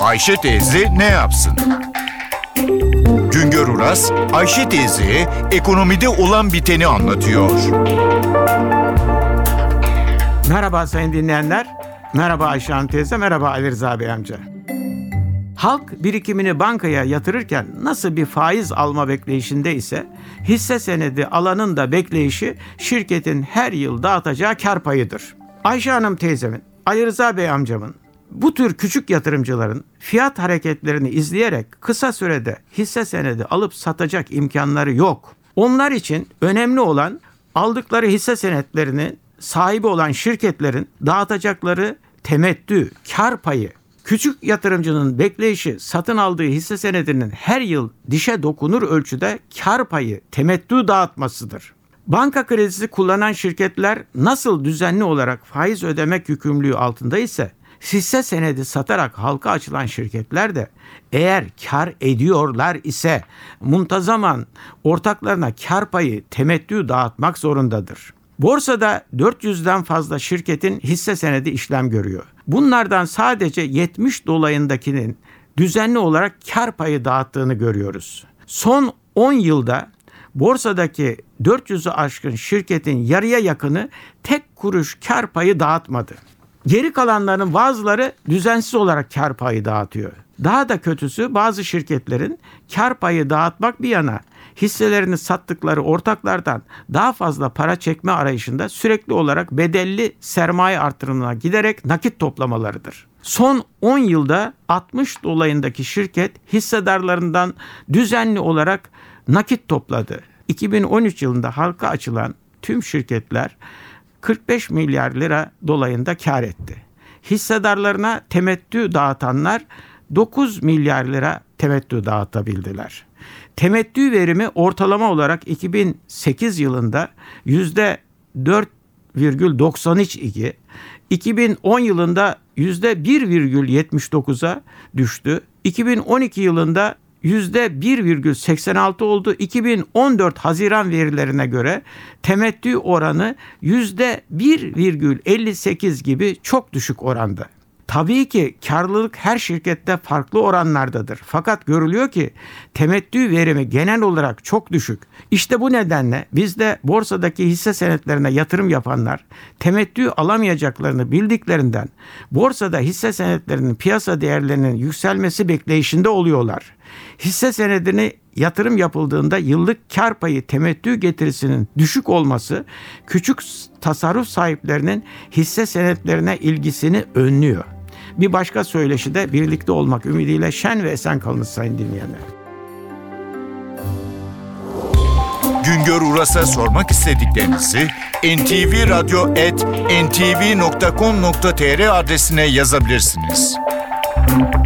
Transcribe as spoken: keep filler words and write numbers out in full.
Ayşe teyze ne yapsın? Güngör Uras, Ayşe teyzeye ekonomide olan biteni anlatıyor. Merhaba sayın dinleyenler. Merhaba Ayşe Hanım teyze, merhaba Ali Rıza Bey amca. Halk birikimini bankaya yatırırken nasıl bir faiz alma bekleyişinde ise hisse senedi alanın da bekleyişi şirketin her yıl dağıtacağı kar payıdır. Ayşe Hanım teyzemin, Ali Rıza Bey amcamın bu tür küçük yatırımcıların fiyat hareketlerini izleyerek kısa sürede hisse senedi alıp satacak imkanları yok. Onlar için önemli olan aldıkları hisse senetlerini sahibi olan şirketlerin dağıtacakları temettü, kar payı. Küçük yatırımcının bekleyişi satın aldığı hisse senedinin her yıl dişe dokunur ölçüde kar payı, temettü dağıtmasıdır. Banka kredisi kullanan şirketler nasıl düzenli olarak faiz ödemek yükümlülüğü altında ise hisse senedi satarak halka açılan şirketler de eğer kar ediyorlar ise muntazaman ortaklarına kar payı, temettü dağıtmak zorundadır. Borsada dört yüzden fazla şirketin hisse senedi işlem görüyor. Bunlardan sadece yetmiş dolayındakinin düzenli olarak kar payı dağıttığını görüyoruz. Son on yılda borsadaki dört yüzü aşkın şirketin yarıya yakını tek kuruş kar payı dağıtmadı. Geri kalanların bazıları düzensiz olarak kar payı dağıtıyor. Daha da kötüsü bazı şirketlerin kar payı dağıtmak bir yana hisselerini sattıkları ortaklardan daha fazla para çekme arayışında sürekli olarak bedelli sermaye artırımına giderek nakit toplamalarıdır. Son on yılda altmış dolayındaki şirket hissedarlarından düzenli olarak nakit topladı. iki bin on üç yılında halka açılan tüm şirketler kırk beş milyar lira dolayında kar etti. Hissedarlarına temettü dağıtanlar dokuz milyar lira temettü dağıtabildiler. Temettü verimi ortalama olarak iki bin sekiz yılında yüzde dört virgül doksan iki, iki bin on yılında yüzde bir virgül yetmiş dokuza düştü. iki bin on iki yılında yüzde bir virgül seksen altı oldu. iki bin on dört Haziran verilerine göre temettü oranı yüzde bir virgül elli sekiz gibi çok düşük oranda. Tabii ki karlılık her şirkette farklı oranlardadır. Fakat görülüyor ki temettü verimi genel olarak çok düşük. İşte bu nedenle biz de borsadaki hisse senetlerine yatırım yapanlar temettü alamayacaklarını bildiklerinden borsada hisse senetlerinin piyasa değerlerinin yükselmesi bekleyişinde oluyorlar. Hisse senedine yatırım yapıldığında yıllık kar payı temettü getirisinin düşük olması küçük tasarruf sahiplerinin hisse senetlerine ilgisini önlüyor. Bir başka söyleşide birlikte olmak ümidiyle şen ve esen kalınız sayın dinleyenler. Güngör Uras'a sormak istediklerinizi en ti vi radyo at en ti vi nokta com nokta tr adresine yazabilirsiniz.